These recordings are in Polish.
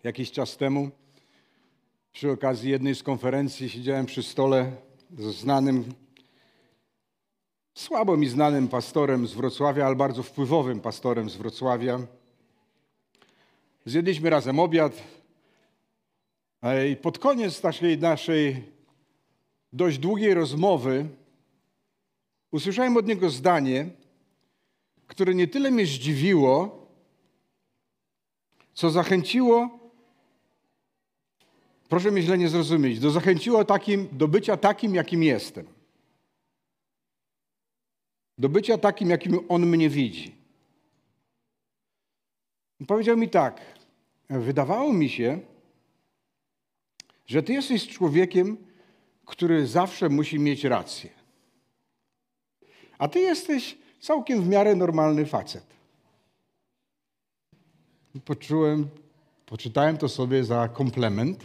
Jakiś czas temu przy okazji jednej z konferencji siedziałem przy stole ze słabo mi znanym pastorem z Wrocławia, ale bardzo wpływowym pastorem z Wrocławia. Zjedliśmy razem obiad i pod koniec naszej dość długiej rozmowy usłyszałem od niego zdanie, które nie tyle mnie zdziwiło, co zachęciło, proszę mnie źle nie zrozumieć, zachęciło do bycia takim, jakim jestem. Do bycia takim, jakim on mnie widzi. Powiedział mi tak: wydawało mi się, że ty jesteś człowiekiem, który zawsze musi mieć rację. A ty jesteś całkiem w miarę normalny facet. Poczytałem to sobie za komplement,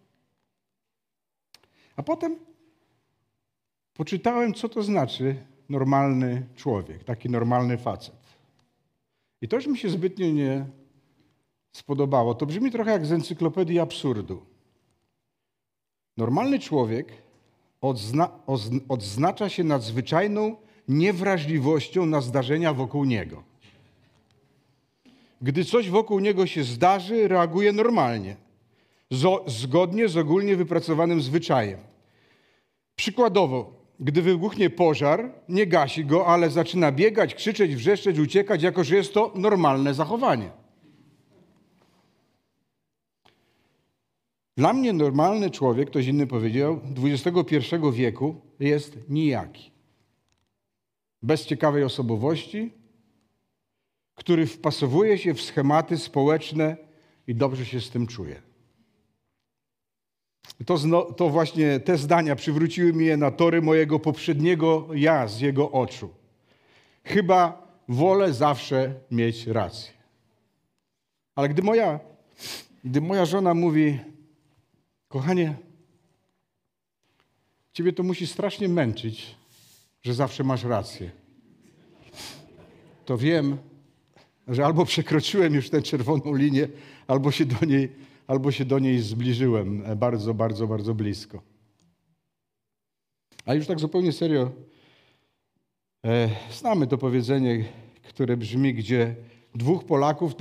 a potem poczytałem, co to znaczy normalny człowiek, taki normalny facet. I to już mi się zbytnio nie spodobało. To brzmi trochę jak z encyklopedii absurdu. Normalny człowiek odznacza się nadzwyczajną niewrażliwością na zdarzenia wokół niego. Gdy coś wokół niego się zdarzy, reaguje normalnie, zgodnie z ogólnie wypracowanym zwyczajem. Przykładowo, gdy wybuchnie pożar, nie gasi go, ale zaczyna biegać, krzyczeć, wrzeszczeć, uciekać, jako że jest to normalne zachowanie. Dla mnie normalny człowiek, ktoś inny powiedział, XXI wieku jest nijaki. Bez ciekawej osobowości, który wpasowuje się w schematy społeczne i dobrze się z tym czuje. To właśnie te zdania przywróciły mnie na tory mojego poprzedniego ja z jego oczu. Chyba wolę zawsze mieć rację. Ale gdy moja żona mówi: kochanie, ciebie to musi strasznie męczyć, że zawsze masz rację, to wiem, że albo przekroczyłem już tę czerwoną linię, albo się do niej zbliżyłem bardzo, bardzo, bardzo blisko. A już tak zupełnie serio, znamy to powiedzenie, które brzmi, gdzie dwóch Polaków,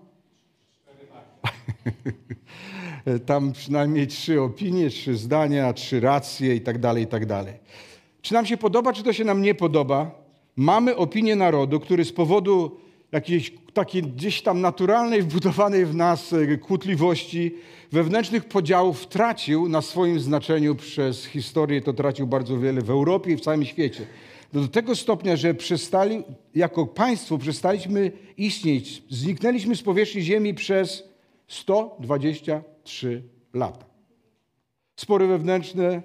tam przynajmniej 3 opinie, 3 zdania, 3 racje i tak dalej, i tak dalej. Czy nam się podoba, czy to się nam nie podoba? Mamy opinię narodu, który z powodu jakiejś takiej gdzieś tam naturalnej, wbudowanej w nas kłótliwości, wewnętrznych podziałów tracił na swoim znaczeniu przez historię. To tracił bardzo wiele w Europie i w całym świecie. Do tego stopnia, że jako państwo przestaliśmy istnieć. Zniknęliśmy z powierzchni ziemi przez 123 lata. Spory wewnętrzne,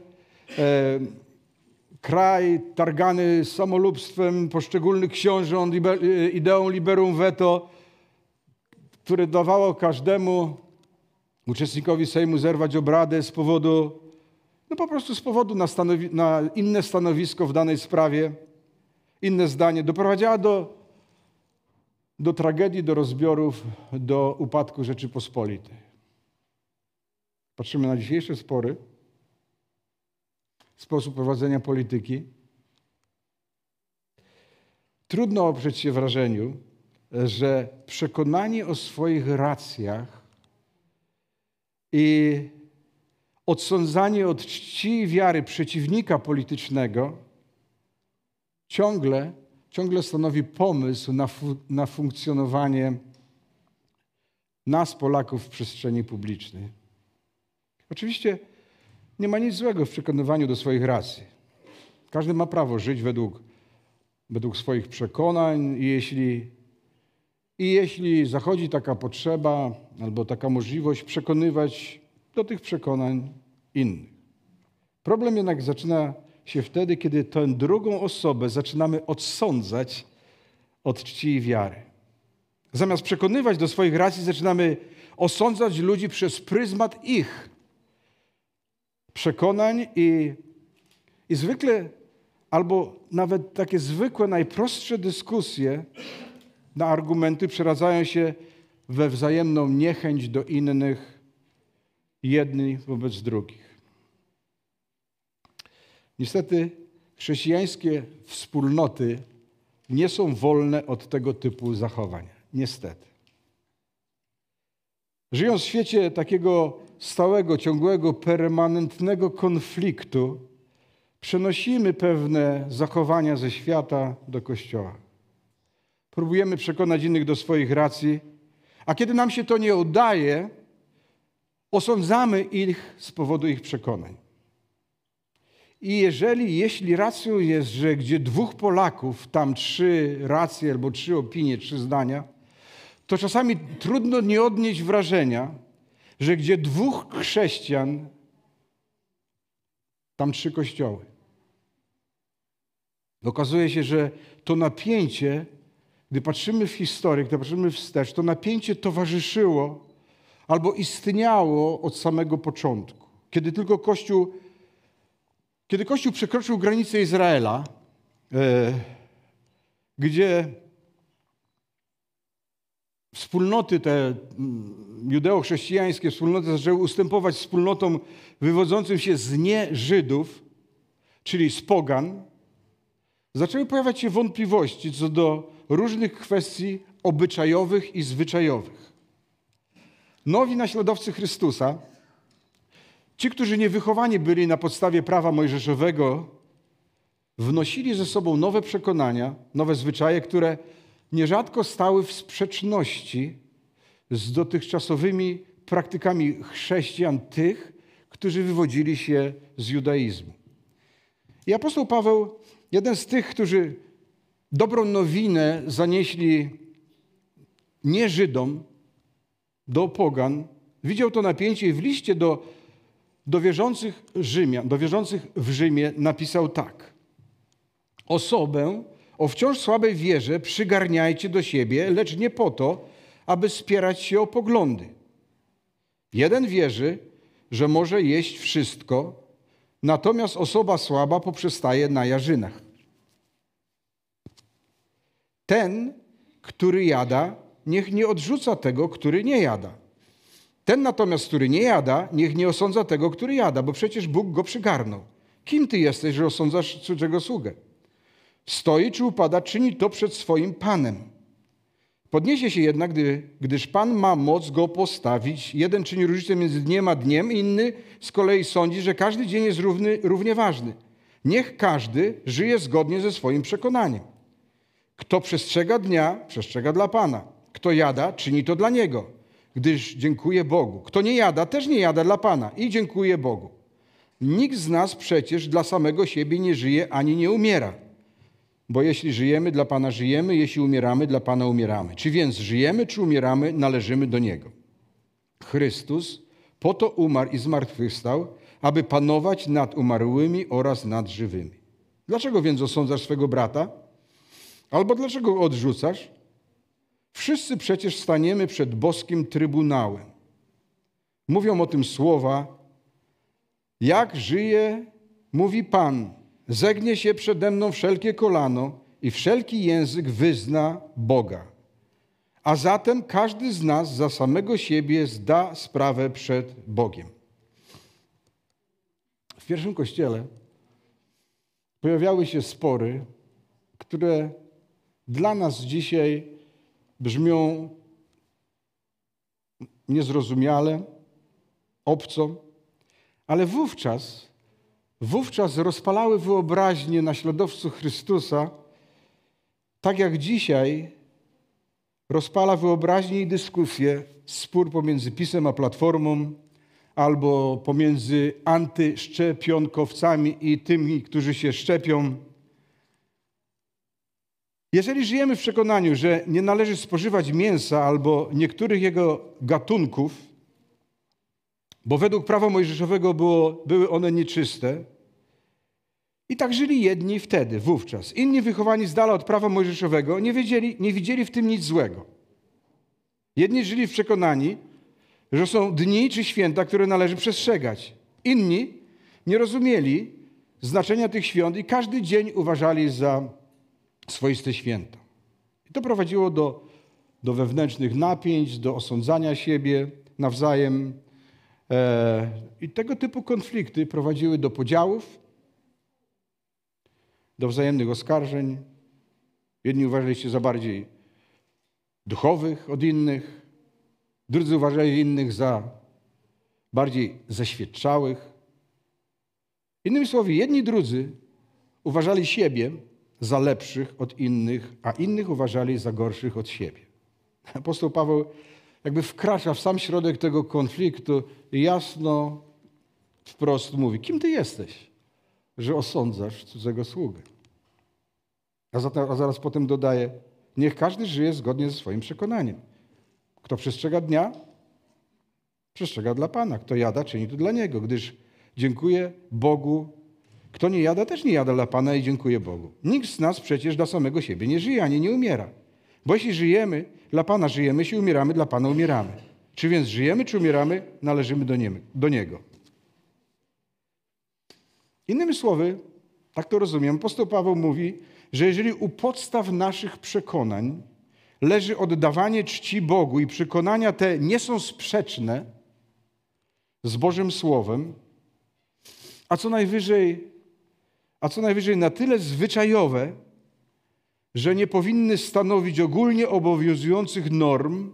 kraj targany samolubstwem poszczególnych książąt, ideą liberum veto, które dawało każdemu uczestnikowi Sejmu zerwać obradę z powodu na inne stanowisko w danej sprawie, inne zdanie, doprowadziła do tragedii, do rozbiorów, do upadku Rzeczypospolitej. Patrzymy na dzisiejsze spory, sposób prowadzenia polityki. Trudno oprzeć się wrażeniu, że przekonani o swoich racjach i odsądzanie od czci i wiary przeciwnika politycznego ciągle stanowi pomysł na funkcjonowanie nas, Polaków, w przestrzeni publicznej. Oczywiście nie ma nic złego w przekonywaniu do swoich racji. Każdy ma prawo żyć według swoich przekonań i jeśli zachodzi taka potrzeba albo taka możliwość, przekonywać do tych przekonań innych. Problem jednak zaczyna się wtedy, kiedy tę drugą osobę zaczynamy odsądzać od czci i wiary. Zamiast przekonywać do swoich racji, zaczynamy osądzać ludzi przez pryzmat ich przekonań i zwykle, albo nawet takie zwykłe, najprostsze dyskusje na argumenty przeradzają się we wzajemną niechęć do innych jedni wobec drugich. Niestety chrześcijańskie wspólnoty nie są wolne od tego typu zachowań. Niestety. Żyjąc w świecie takiego stałego, ciągłego, permanentnego konfliktu, przenosimy pewne zachowania ze świata do Kościoła. Próbujemy przekonać innych do swoich racji, a kiedy nam się to nie udaje, osądzamy ich z powodu ich przekonań. I jeśli racją jest, że gdzie 2 Polaków, tam 3 racje albo 3 opinie, 3 zdania, to czasami trudno nie odnieść wrażenia, że gdzie 2 chrześcijan, tam 3 kościoły. Okazuje się, że to napięcie, gdy patrzymy w historię, gdy patrzymy wstecz, to napięcie towarzyszyło albo istniało od samego początku. Kiedy Kościół przekroczył granicę Izraela, gdzie wspólnoty te judeo-chrześcijańskie wspólnoty zaczęły ustępować wspólnotom wywodzącym się z nie-Żydów, czyli z pogan, zaczęły pojawiać się wątpliwości co do różnych kwestii obyczajowych i zwyczajowych. Nowi naśladowcy Chrystusa, ci, którzy niewychowani byli na podstawie prawa mojżeszowego, wnosili ze sobą nowe przekonania, nowe zwyczaje, które nierzadko stały w sprzeczności z dotychczasowymi praktykami chrześcijan, tych, którzy wywodzili się z judaizmu. I apostoł Paweł, jeden z tych, którzy dobrą nowinę zanieśli nie Żydom, do pogan, widział to napięcie i w liście do wierzących Rzymian, do wierzących w Rzymie napisał tak. Osobę o wciąż słabej wierze przygarniajcie do siebie, lecz nie po to, aby spierać się o poglądy. Jeden wierzy, że może jeść wszystko, natomiast osoba słaba poprzestaje na jarzynach. Ten, który jada, niech nie odrzuca tego, który nie jada. Ten natomiast, który nie jada, niech nie osądza tego, który jada, bo przecież Bóg go przygarnął. Kim ty jesteś, że osądzasz cudzego sługę? Stoi czy upada, czyni to przed swoim Panem. Podniesie się jednak, gdyż Pan ma moc go postawić. Jeden czyni różnicę między dniem a dniem, inny z kolei sądzi, że każdy dzień jest równie ważny. Niech każdy żyje zgodnie ze swoim przekonaniem. Kto przestrzega dnia, przestrzega dla Pana. Kto jada, czyni to dla Niego, gdyż dziękuję Bogu. Kto nie jada, też nie jada dla Pana i dziękuję Bogu. Nikt z nas przecież dla samego siebie nie żyje ani nie umiera. Bo jeśli żyjemy, dla Pana żyjemy, jeśli umieramy, dla Pana umieramy. Czy więc żyjemy, czy umieramy, należymy do Niego. Chrystus po to umarł i zmartwychwstał, aby panować nad umarłymi oraz nad żywymi. Dlaczego więc osądzasz swego brata? Albo dlaczego go odrzucasz? Wszyscy przecież staniemy przed boskim trybunałem. Mówią o tym słowa, jak żyje, mówi Pan, zegnie się przede mną wszelkie kolano i wszelki język wyzna Boga. A zatem każdy z nas za samego siebie zda sprawę przed Bogiem. W pierwszym kościele pojawiały się spory, które dla nas dzisiaj brzmią niezrozumiale, obco, ale wówczas rozpalały wyobraźnię naśladowców Chrystusa, tak jak dzisiaj rozpala wyobraźnię i dyskusję, spór pomiędzy PiS-em a Platformą, albo pomiędzy antyszczepionkowcami i tymi, którzy się szczepią. Jeżeli żyjemy w przekonaniu, że nie należy spożywać mięsa albo niektórych jego gatunków, bo według prawa mojżeszowego były one nieczyste, i tak żyli jedni wtedy, wówczas. Inni wychowani z dala od prawa mojżeszowego nie widzieli w tym nic złego. Jedni żyli w przekonaniu, że są dni czy święta, które należy przestrzegać. Inni nie rozumieli znaczenia tych świąt i każdy dzień uważali za swoiste święto. I to prowadziło do wewnętrznych napięć, do osądzania siebie nawzajem, I tego typu konflikty prowadziły do podziałów, do wzajemnych oskarżeń. Jedni uważali się za bardziej duchowych od innych, drudzy uważali innych za bardziej zaświadczałych. Innymi słowy, jedni drudzy uważali siebie za lepszych od innych, a innych uważali za gorszych od siebie. Apostoł Paweł jakby wkracza w sam środek tego konfliktu i jasno, wprost mówi: kim ty jesteś, że osądzasz cudzego sługę? A zaraz potem dodaje: niech każdy żyje zgodnie ze swoim przekonaniem. Kto przestrzega dnia, przestrzega dla Pana. Kto jada, czyni to dla Niego, gdyż dziękuję Bogu. Kto nie jada, też nie jada dla Pana i dziękuję Bogu. Nikt z nas przecież dla samego siebie nie żyje, ani nie umiera. Bo jeśli żyjemy, dla Pana żyjemy, jeśli umieramy, dla Pana umieramy. Czy więc żyjemy, czy umieramy, należymy do Niego. Innymi słowy, tak to rozumiem, apostoł Paweł mówi, że jeżeli u podstaw naszych przekonań leży oddawanie czci Bogu i przekonania te nie są sprzeczne z Bożym Słowem, a co najwyżej na tyle zwyczajowe, że nie powinny stanowić ogólnie obowiązujących norm,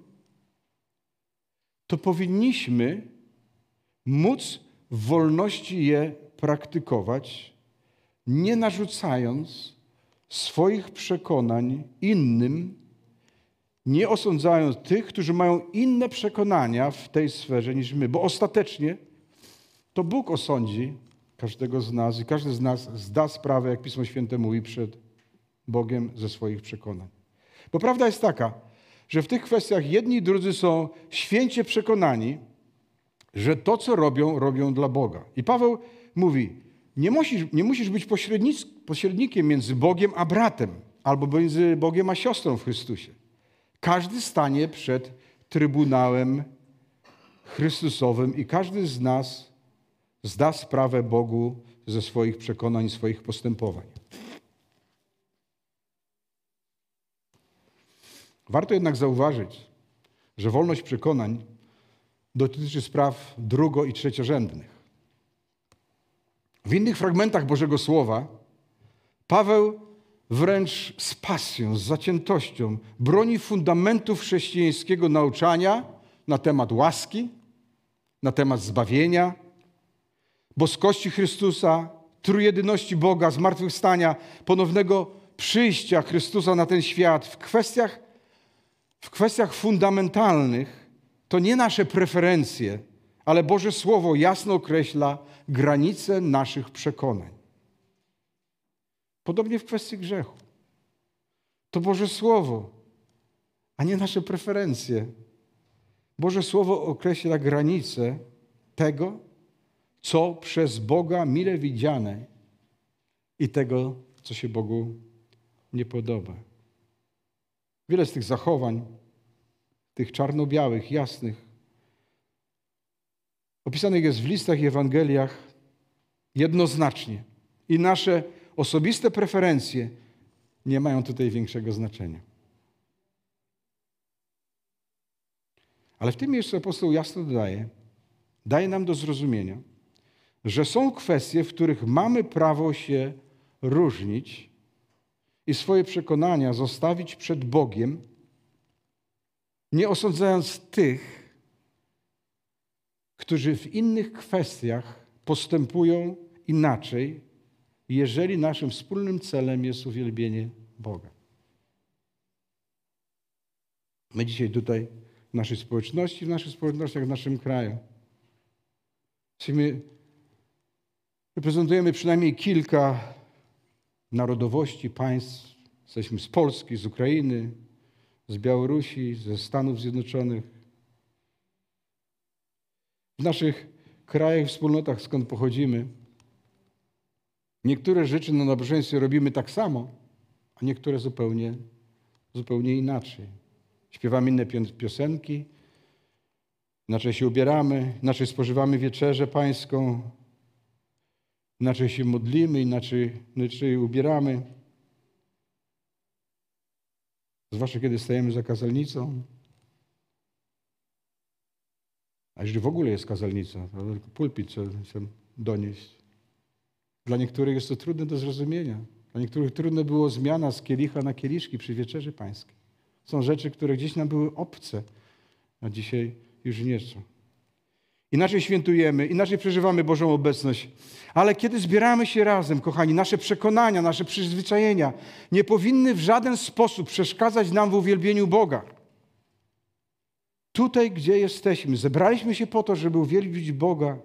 to powinniśmy móc w wolności je praktykować, nie narzucając swoich przekonań innym, nie osądzając tych, którzy mają inne przekonania w tej sferze niż my. Bo ostatecznie to Bóg osądzi każdego z nas i każdy z nas zda sprawę, jak Pismo Święte mówi, przed Bogiem ze swoich przekonań. Bo prawda jest taka, że w tych kwestiach jedni i drudzy są święcie przekonani, że to, co robią, robią dla Boga. I Paweł mówi: nie musisz być pośrednikiem między Bogiem a bratem, albo między Bogiem a siostrą w Chrystusie. Każdy stanie przed Trybunałem Chrystusowym i każdy z nas zda sprawę Bogu ze swoich przekonań, swoich postępowań. Warto jednak zauważyć, że wolność przekonań dotyczy spraw drugo- i trzeciorzędnych. W innych fragmentach Bożego Słowa Paweł wręcz z pasją, z zaciętością broni fundamentów chrześcijańskiego nauczania na temat łaski, na temat zbawienia, boskości Chrystusa, trójjedyności Boga, zmartwychwstania, ponownego przyjścia Chrystusa na ten świat. W kwestiach fundamentalnych to nie nasze preferencje, ale Boże Słowo jasno określa granice naszych przekonań. Podobnie w kwestii grzechu. To Boże Słowo, a nie nasze preferencje. Boże Słowo określa granice tego, co przez Boga mile widziane i tego, co się Bogu nie podoba. Wiele z tych zachowań, tych czarno-białych, jasnych, opisanych jest w listach i Ewangeliach jednoznacznie. I nasze osobiste preferencje nie mają tutaj większego znaczenia. Ale w tym miejscu apostoł jasno daje nam do zrozumienia, że są kwestie, w których mamy prawo się różnić i swoje przekonania zostawić przed Bogiem, nie osądzając tych, którzy w innych kwestiach postępują inaczej, jeżeli naszym wspólnym celem jest uwielbienie Boga. My dzisiaj tutaj w naszej społeczności, w naszych społecznościach, w naszym kraju reprezentujemy przynajmniej kilka narodowości, państw. Jesteśmy z Polski, z Ukrainy, z Białorusi, ze Stanów Zjednoczonych. W naszych krajach, wspólnotach, skąd pochodzimy, niektóre rzeczy na nabożeństwie robimy tak samo, a niektóre zupełnie inaczej. Śpiewamy inne piosenki, inaczej się ubieramy, inaczej spożywamy wieczerzę pańską, inaczej się modlimy, inaczej ubieramy. Zwłaszcza kiedy stajemy za kazalnicą. A jeżeli w ogóle jest kazalnica, to tylko pulpit trzeba donieść. Dla niektórych jest to trudne do zrozumienia. Dla niektórych trudno było zmiana z kielicha na kieliszki przy Wieczerzy Pańskiej. Są rzeczy, które gdzieś nam były obce, a dzisiaj już nie są. Inaczej świętujemy, inaczej przeżywamy Bożą obecność. Ale kiedy zbieramy się razem, kochani, nasze przekonania, nasze przyzwyczajenia nie powinny w żaden sposób przeszkadzać nam w uwielbieniu Boga. Tutaj, gdzie jesteśmy, zebraliśmy się po to, żeby uwielbić Boga.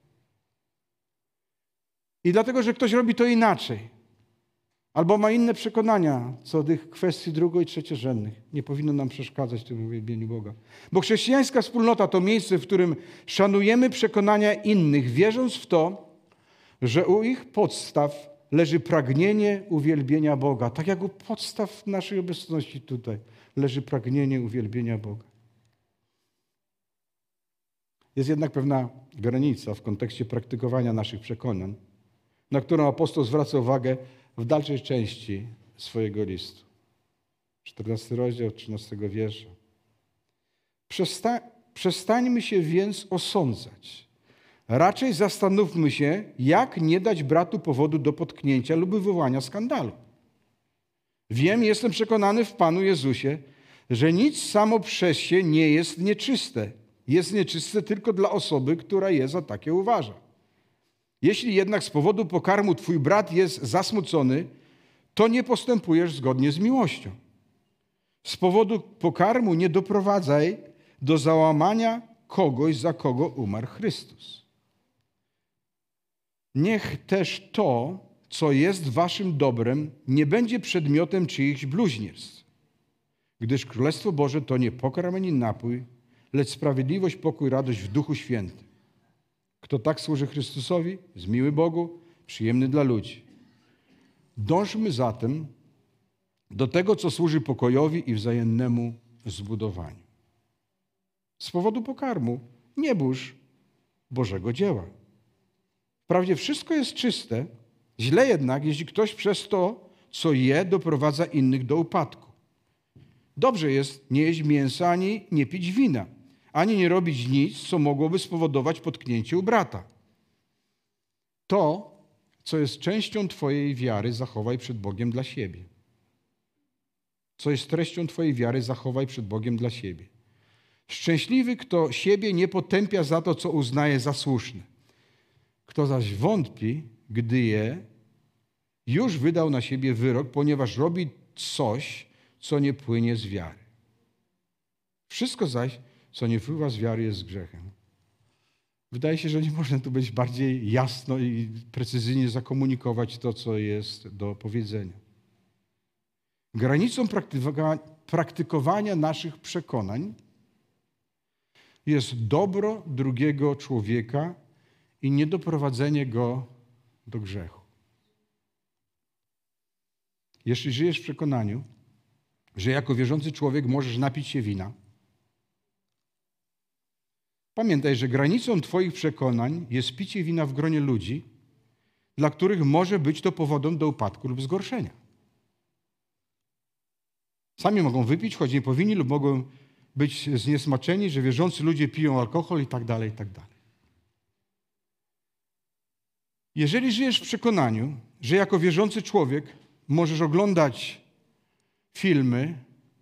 I dlatego, że ktoś robi to inaczej, albo ma inne przekonania co do tych kwestii drugo- i trzeciorzędnych, nie powinno nam przeszkadzać w tym uwielbieniu Boga. Bo chrześcijańska wspólnota to miejsce, w którym szanujemy przekonania innych, wierząc w to, że u ich podstaw leży pragnienie uwielbienia Boga. Tak jak u podstaw naszej obecności tutaj leży pragnienie uwielbienia Boga. Jest jednak pewna granica w kontekście praktykowania naszych przekonań, na którą apostoł zwraca uwagę w dalszej części swojego listu. 14 rozdział, 13 wiersza. Przestańmy się więc osądzać. Raczej zastanówmy się, jak nie dać bratu powodu do potknięcia lub wywołania skandalu. Wiem, jestem przekonany w Panu Jezusie, że nic samo przez się nie jest nieczyste. Jest nieczyste tylko dla osoby, która je za takie uważa. Jeśli jednak z powodu pokarmu twój brat jest zasmucony, to nie postępujesz zgodnie z miłością. Z powodu pokarmu nie doprowadzaj do załamania kogoś, za kogo umarł Chrystus. Niech też to, co jest waszym dobrem, nie będzie przedmiotem czyichś bluźnierstw. Gdyż Królestwo Boże to nie pokarm ani napój, lecz sprawiedliwość, pokój, radość w Duchu Świętym. Kto tak służy Chrystusowi, jest miły Bogu, przyjemny dla ludzi. Dążmy zatem do tego, co służy pokojowi i wzajemnemu zbudowaniu. Z powodu pokarmu nie burz Bożego dzieła. Wprawdzie wszystko jest czyste, źle jednak, jeśli ktoś przez to, co je, doprowadza innych do upadku. Dobrze jest nie jeść mięsa, ani nie pić wina, ani nie robić nic, co mogłoby spowodować potknięcie u brata. To, co jest częścią twojej wiary, zachowaj przed Bogiem dla siebie. Co jest treścią twojej wiary, zachowaj przed Bogiem dla siebie. Szczęśliwy, kto siebie nie potępia za to, co uznaje za słuszne. Kto zaś wątpi, gdy je, już wydał na siebie wyrok, ponieważ robi coś, co nie płynie z wiary. Wszystko zaś, co nie wpływa z wiary, jest grzechem. Wydaje się, że nie można tu być bardziej jasno i precyzyjnie zakomunikować to, co jest do powiedzenia. Granicą praktykowania naszych przekonań jest dobro drugiego człowieka i niedoprowadzenie go do grzechu. Jeśli żyjesz w przekonaniu, że jako wierzący człowiek możesz napić się wina, pamiętaj, że granicą twoich przekonań jest picie wina w gronie ludzi, dla których może być to powodem do upadku lub zgorszenia. Sami mogą wypić, choć nie powinni, lub mogą być zniesmaczeni, że wierzący ludzie piją alkohol i tak dalej, i tak dalej. Jeżeli żyjesz w przekonaniu, że jako wierzący człowiek możesz oglądać filmy,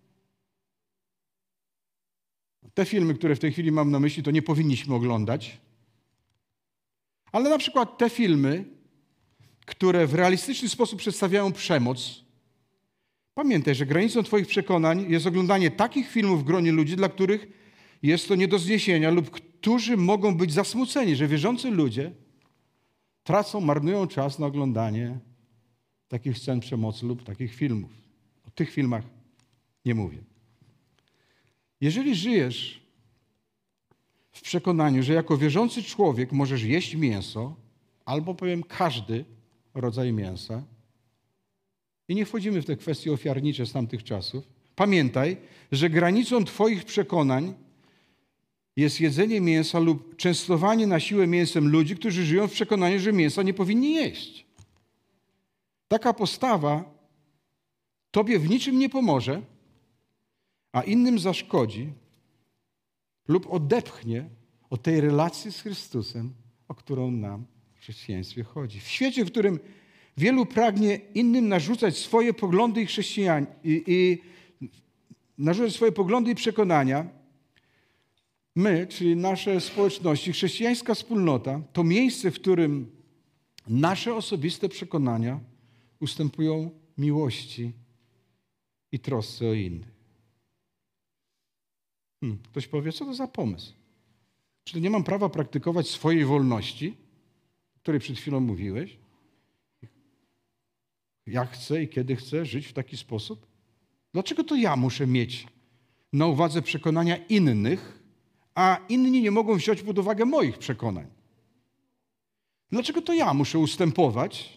te filmy, które w tej chwili mam na myśli, to nie powinniśmy oglądać, ale na przykład te filmy, które w realistyczny sposób przedstawiają przemoc, pamiętaj, że granicą twoich przekonań jest oglądanie takich filmów w gronie ludzi, dla których jest to nie do zniesienia lub którzy mogą być zasmuceni, że wierzący ludzie marnują czas na oglądanie takich scen przemocy lub takich filmów. O tych filmach nie mówię. Jeżeli żyjesz w przekonaniu, że jako wierzący człowiek możesz jeść mięso, albo powiem każdy rodzaj mięsa, i nie wchodzimy w te kwestie ofiarnicze z tamtych czasów, pamiętaj, że granicą twoich przekonań jest jedzenie mięsa lub częstowanie na siłę mięsem ludzi, którzy żyją w przekonaniu, że mięsa nie powinni jeść. Taka postawa tobie w niczym nie pomoże, a innym zaszkodzi lub odepchnie o tej relacji z Chrystusem, o którą nam w chrześcijaństwie chodzi. W świecie, w którym wielu pragnie innym narzucać swoje poglądy narzucać swoje poglądy i przekonania, my, czyli nasze społeczności, chrześcijańska wspólnota, to miejsce, w którym nasze osobiste przekonania ustępują miłości i trosce o innych. Ktoś powie, co to za pomysł? Czy to nie mam prawa praktykować swojej wolności, o której przed chwilą mówiłeś? Jak chcę i kiedy chcę żyć w taki sposób? Dlaczego to ja muszę mieć na uwadze przekonania innych, a inni nie mogą wziąć pod uwagę moich przekonań? Dlaczego to ja muszę ustępować?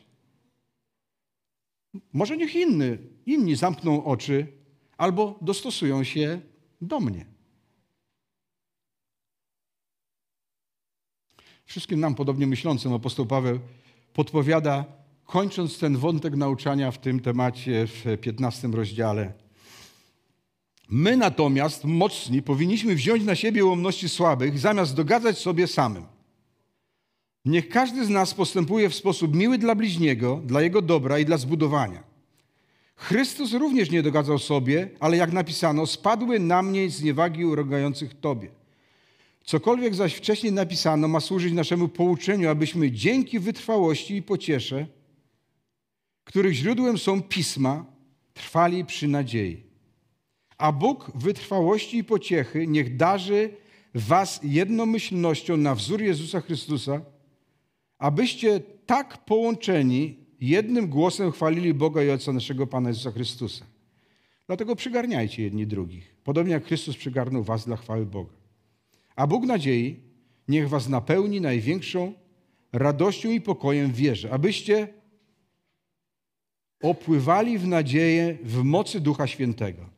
Może niech inni zamkną oczy albo dostosują się do mnie. Wszystkim nam podobnie myślącym apostoł Paweł podpowiada, kończąc ten wątek nauczania w tym temacie w 15 rozdziale. My natomiast, mocni, powinniśmy wziąć na siebie ułomności słabych, zamiast dogadzać sobie samym. Niech każdy z nas postępuje w sposób miły dla bliźniego, dla jego dobra i dla zbudowania. Chrystus również nie dogadzał sobie, ale jak napisano, spadły na mnie zniewagi urągających Tobie. Cokolwiek zaś wcześniej napisano, ma służyć naszemu pouczeniu, abyśmy dzięki wytrwałości i pociesze, których źródłem są pisma, trwali przy nadziei. A Bóg wytrwałości i pociechy niech darzy was jednomyślnością na wzór Jezusa Chrystusa, abyście tak połączeni jednym głosem chwalili Boga i Ojca naszego Pana Jezusa Chrystusa. Dlatego przygarniajcie jedni drugich, podobnie jak Chrystus przygarnął was dla chwały Boga. A Bóg nadziei niech was napełni największą radością i pokojem w wierze, abyście opływali w nadzieję w mocy Ducha Świętego.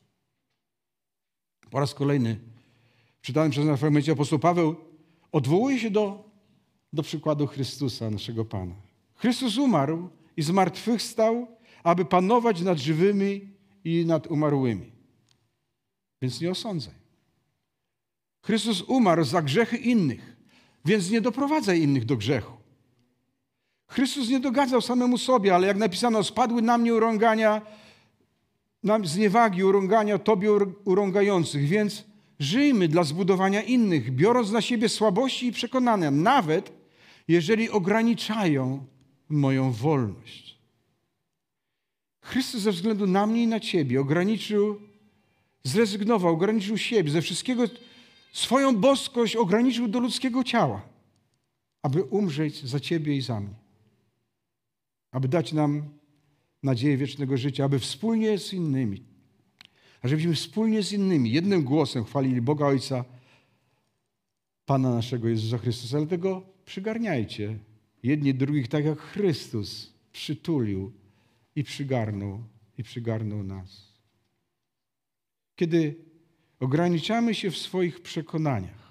Po raz kolejny czytałem przez nas fragmencie apostoł Paweł odwołuje się do przykładu Chrystusa, naszego Pana. Chrystus umarł i zmartwychwstał, aby panować nad żywymi i nad umarłymi. Więc nie osądzaj. Chrystus umarł za grzechy innych, więc nie doprowadzaj innych do grzechu. Chrystus nie dogadzał samemu sobie, ale jak napisano, spadły na mnie urągania, zniewagi, urągania Tobie urągających, więc żyjmy dla zbudowania innych, biorąc na siebie słabości i przekonania, nawet jeżeli ograniczają moją wolność. Chrystus ze względu na mnie i na Ciebie zrezygnował, ograniczył siebie, ze wszystkiego swoją boskość ograniczył do ludzkiego ciała, aby umrzeć za Ciebie i za mnie. Aby dać nam nadzieję wiecznego życia, aby wspólnie z innymi, żebyśmy wspólnie z innymi jednym głosem chwalili Boga Ojca, Pana naszego Jezusa Chrystusa. Dlatego przygarniajcie jedni drugich, tak jak Chrystus przytulił i przygarnął nas. Kiedy ograniczamy się w swoich przekonaniach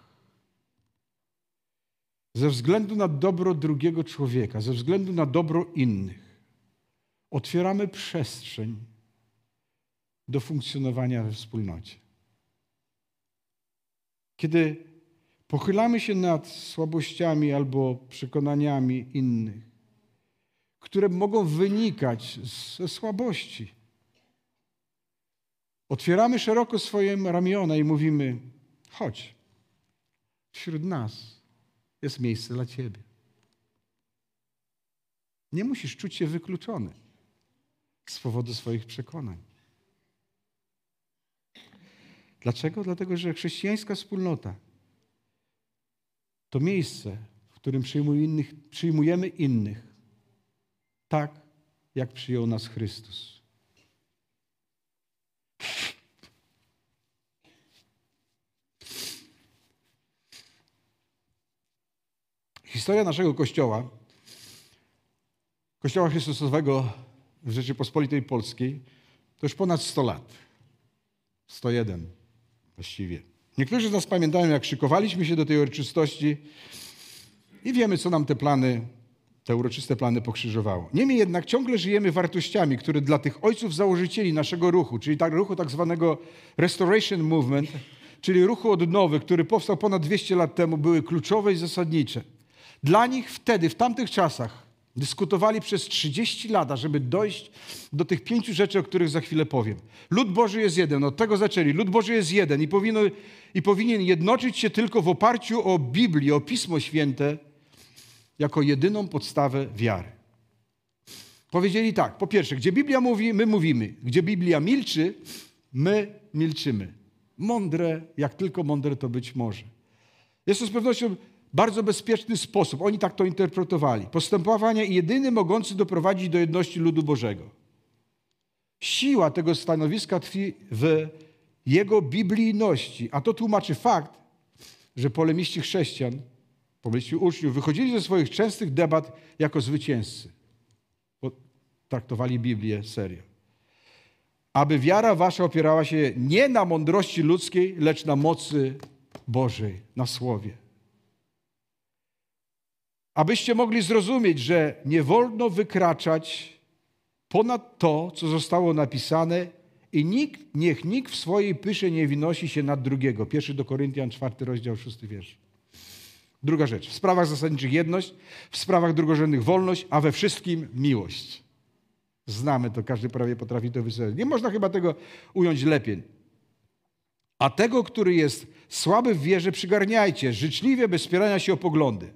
ze względu na dobro drugiego człowieka, ze względu na dobro innych, otwieramy przestrzeń do funkcjonowania we wspólnocie. Kiedy pochylamy się nad słabościami albo przekonaniami innych, które mogą wynikać ze słabości, otwieramy szeroko swoje ramiona i mówimy: chodź, wśród nas jest miejsce dla Ciebie. Nie musisz czuć się wykluczony z powodu swoich przekonań. Dlaczego? Dlatego, że chrześcijańska wspólnota to miejsce, w którym przyjmujemy innych tak, jak przyjął nas Chrystus. Historia naszego Kościoła, Kościoła Chrystusowego w Rzeczypospolitej Polskiej, to już ponad 100 lat. 101 właściwie. Niektórzy z nas pamiętają, jak szykowaliśmy się do tej uroczystości i wiemy, co nam te uroczyste plany pokrzyżowało. Niemniej jednak ciągle żyjemy wartościami, które dla tych ojców założycieli naszego ruchu, czyli ruchu tak zwanego Restoration Movement, czyli ruchu odnowy, który powstał ponad 200 lat temu, były kluczowe i zasadnicze. Dla nich wtedy, w tamtych czasach, dyskutowali przez 30 lat, żeby dojść do tych 5 rzeczy, o których za chwilę powiem. Lud Boży jest jeden, od tego zaczęli. Lud Boży jest jeden i powinien jednoczyć się tylko w oparciu o Biblię, o Pismo Święte, jako jedyną podstawę wiary. Powiedzieli tak, po pierwsze, gdzie Biblia mówi, my mówimy. Gdzie Biblia milczy, my milczymy. Mądre, jak tylko mądre to być może. Jest to z pewnością bardzo bezpieczny sposób. Oni tak to interpretowali. Postępowania jedyny mogący doprowadzić do jedności ludu Bożego. Siła tego stanowiska tkwi w jego biblijności, a to tłumaczy fakt, że polemiści chrześcijan, polemiści uczniów wychodzili ze swoich częstych debat jako zwycięzcy. Bo traktowali Biblię serio. Aby wiara wasza opierała się nie na mądrości ludzkiej, lecz na mocy Bożej, na Słowie. Abyście mogli zrozumieć, że nie wolno wykraczać ponad to, co zostało napisane i niech nikt w swojej pysze nie wynosi się nad drugiego. 1 do Koryntian, 4 rozdział, 6 wiersz. Druga rzecz. W sprawach zasadniczych jedność, w sprawach drugorzędnych wolność, a we wszystkim miłość. Znamy to, każdy prawie potrafi to wysłać. Nie można chyba tego ująć lepiej. A tego, który jest słaby w wierze, przygarniajcie, życzliwie, bez spierania się o poglądy.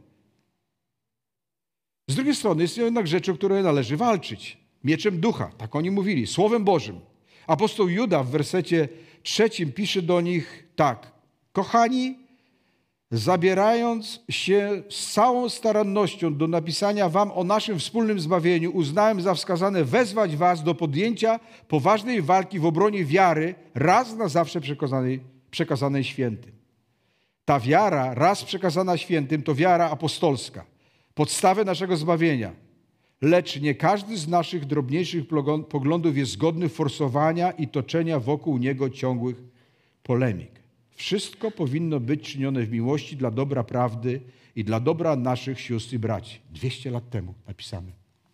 Z drugiej strony jest jednak rzecz, o której należy walczyć. Mieczem ducha, tak oni mówili, Słowem Bożym. Apostoł Juda w wersecie 3 pisze do nich tak. Kochani, zabierając się z całą starannością do napisania wam o naszym wspólnym zbawieniu, uznałem za wskazane wezwać was do podjęcia poważnej walki w obronie wiary, raz na zawsze przekazanej świętym. Ta wiara, raz przekazana świętym, to wiara apostolska, podstawę naszego zbawienia. Lecz nie każdy z naszych drobniejszych poglądów jest godny forsowania i toczenia wokół niego ciągłych polemik. Wszystko powinno być czynione w miłości dla dobra prawdy i dla dobra naszych sióstr i braci. 200 lat temu napisane.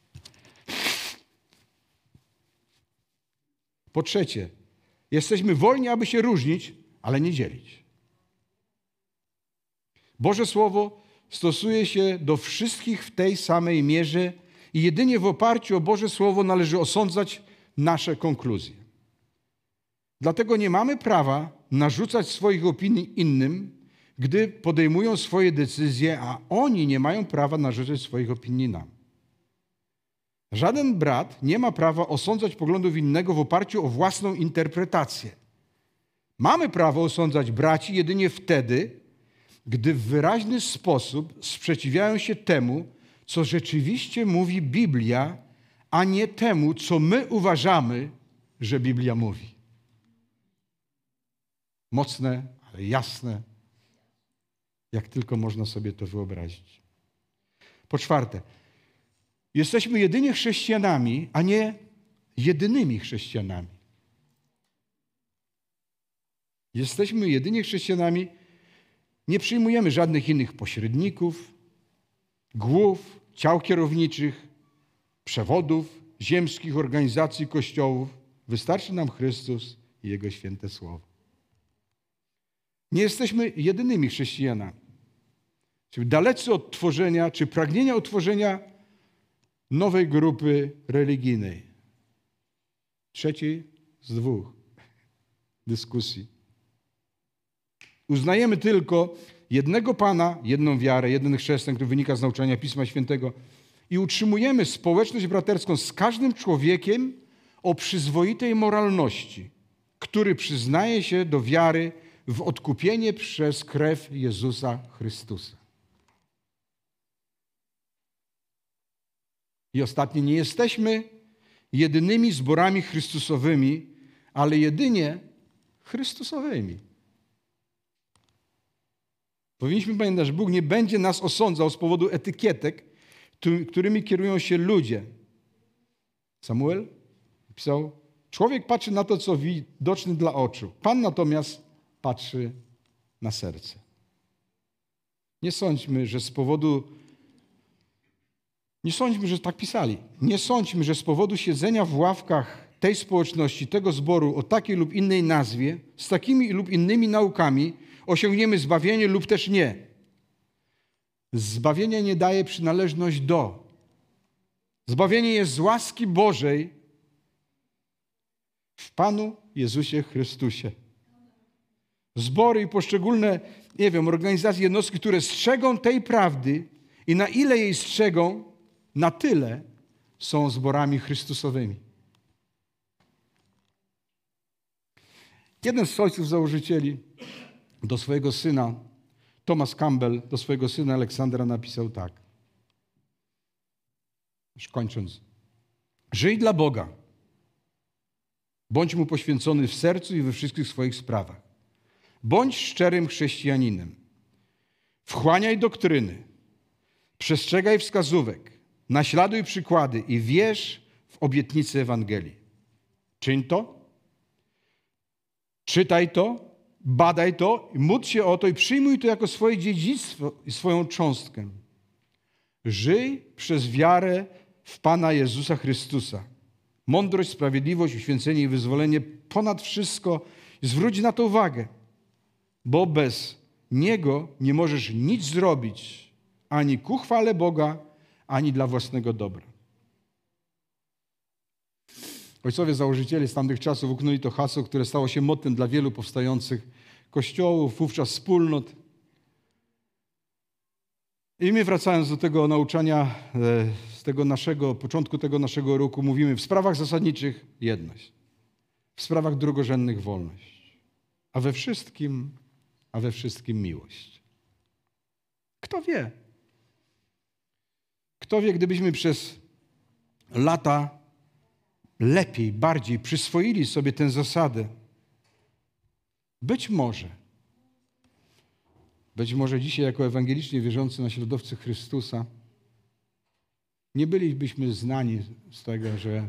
Po trzecie, jesteśmy wolni, aby się różnić, ale nie dzielić. Boże Słowo stosuje się do wszystkich w tej samej mierze i jedynie w oparciu o Boże Słowo należy osądzać nasze konkluzje. Dlatego nie mamy prawa narzucać swoich opinii innym, gdy podejmują swoje decyzje, a oni nie mają prawa narzucać swoich opinii nam. Żaden brat nie ma prawa osądzać poglądów innego w oparciu o własną interpretację. Mamy prawo osądzać braci jedynie wtedy, gdy w wyraźny sposób sprzeciwiają się temu, co rzeczywiście mówi Biblia, a nie temu, co my uważamy, że Biblia mówi. Mocne, ale jasne, jak tylko można sobie to wyobrazić. Po czwarte, jesteśmy jedynie chrześcijanami, a nie jedynymi chrześcijanami. Jesteśmy jedynie chrześcijanami, nie przyjmujemy żadnych innych pośredników, głów, ciał kierowniczych, przewodów, ziemskich organizacji kościołów. Wystarczy nam Chrystus i Jego święte Słowo. Nie jesteśmy jedynymi chrześcijanami. Czyli dalecy od tworzenia, czy pragnienia utworzenia nowej grupy religijnej. Trzeciej z dwóch dyskusji. Uznajemy tylko jednego Pana, jedną wiarę, jeden chrzest, który wynika z nauczania Pisma Świętego i utrzymujemy społeczność braterską z każdym człowiekiem o przyzwoitej moralności, który przyznaje się do wiary w odkupienie przez krew Jezusa Chrystusa. I ostatnie, nie jesteśmy jedynymi zborami chrystusowymi, ale jedynie chrystusowymi. Powinniśmy pamiętać, że Bóg nie będzie nas osądzał z powodu etykietek, którymi kierują się ludzie. Samuel pisał, człowiek patrzy na to, co widoczne dla oczu. Pan natomiast patrzy na serce. Nie sądźmy, że tak pisali, nie sądźmy, że z powodu siedzenia w ławkach tej społeczności, tego zboru o takiej lub innej nazwie, z takimi lub innymi naukami osiągniemy zbawienie lub też nie. Zbawienie nie daje przynależność do. Zbawienie jest z łaski Bożej w Panu Jezusie Chrystusie. Zbory i poszczególne, organizacje, jednostki, które strzegą tej prawdy i na ile jej strzegą, na tyle są zborami chrystusowymi. Jeden z ojców założycieli do swojego syna, Thomas Campbell, do swojego syna Aleksandra napisał tak. Już kończąc. Żyj dla Boga. Bądź Mu poświęcony w sercu i we wszystkich swoich sprawach. Bądź szczerym chrześcijaninem. Wchłaniaj doktryny. Przestrzegaj wskazówek. Naśladuj przykłady i wierz w obietnice Ewangelii. Czyń to. Czytaj to. Badaj to. Módl się o to i przyjmuj to jako swoje dziedzictwo i swoją cząstkę. Żyj przez wiarę w Pana Jezusa Chrystusa. Mądrość, sprawiedliwość, uświęcenie i wyzwolenie ponad wszystko. Zwróć na to uwagę, bo bez Niego nie możesz nic zrobić, ani ku chwale Boga, ani dla własnego dobra. Ojcowie założyciele z tamtych czasów uknuli to hasło, które stało się mottem dla wielu powstających kościołów, wówczas wspólnot. I my, wracając do tego nauczania, z tego początku tego naszego roku, mówimy: w sprawach zasadniczych jedność, w sprawach drugorzędnych wolność, a we wszystkim miłość. Kto wie? Kto wie, gdybyśmy przez lata lepiej, bardziej przyswoili sobie tę zasadę, być może dzisiaj jako ewangelicznie wierzący naśladowcy Chrystusa nie bylibyśmy znani z tego, że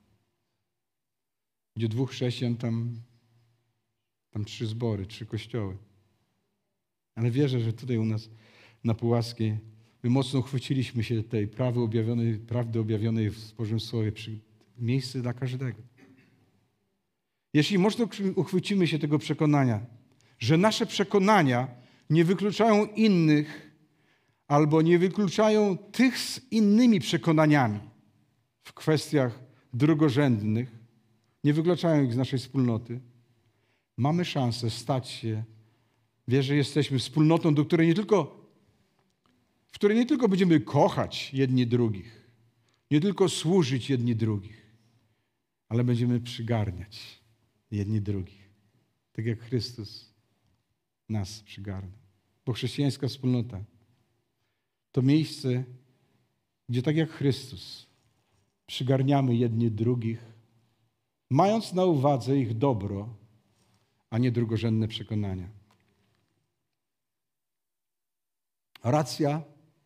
gdzie 2 chrześcijan, tam 3 zbory, 3 kościoły. Ale wierzę, że tutaj u nas na Puławskiej my mocno uchwyciliśmy się tej prawdy objawionej w Bożym Słowie, miejsce dla każdego. Jeśli mocno uchwycimy się tego przekonania, że nasze przekonania nie wykluczają innych albo nie wykluczają tych z innymi przekonaniami w kwestiach drugorzędnych, nie wykluczają ich z naszej wspólnoty, mamy szansę stać się, wierzę, że jesteśmy wspólnotą, w której nie tylko będziemy kochać jedni drugich, nie tylko służyć jedni drugich, ale będziemy przygarniać jedni drugich, tak jak Chrystus nas przygarnął. Bo chrześcijańska wspólnota to miejsce, gdzie tak jak Chrystus przygarniamy jedni drugich, mając na uwadze ich dobro, a nie drugorzędne przekonania. Racja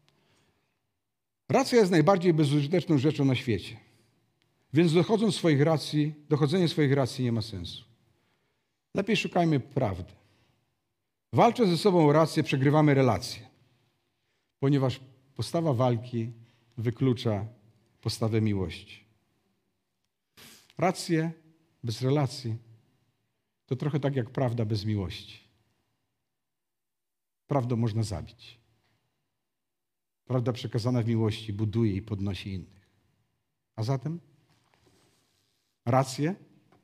jest najbardziej bezużyteczną rzeczą na świecie. Więc dochodzenie swoich racji nie ma sensu. Lepiej szukajmy prawdy. Walcząc ze sobą o rację, przegrywamy relacje, ponieważ postawa walki wyklucza postawę miłości. Racje bez relacji to trochę tak jak prawda bez miłości. Prawdę można zabić. Prawda przekazana w miłości buduje i podnosi innych. A zatem racje,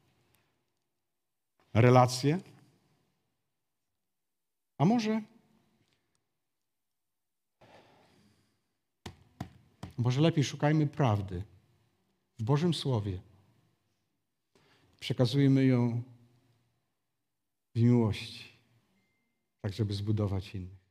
relacje, a może lepiej szukajmy prawdy w Bożym Słowie. Przekazujmy ją w miłości, tak żeby zbudować innych.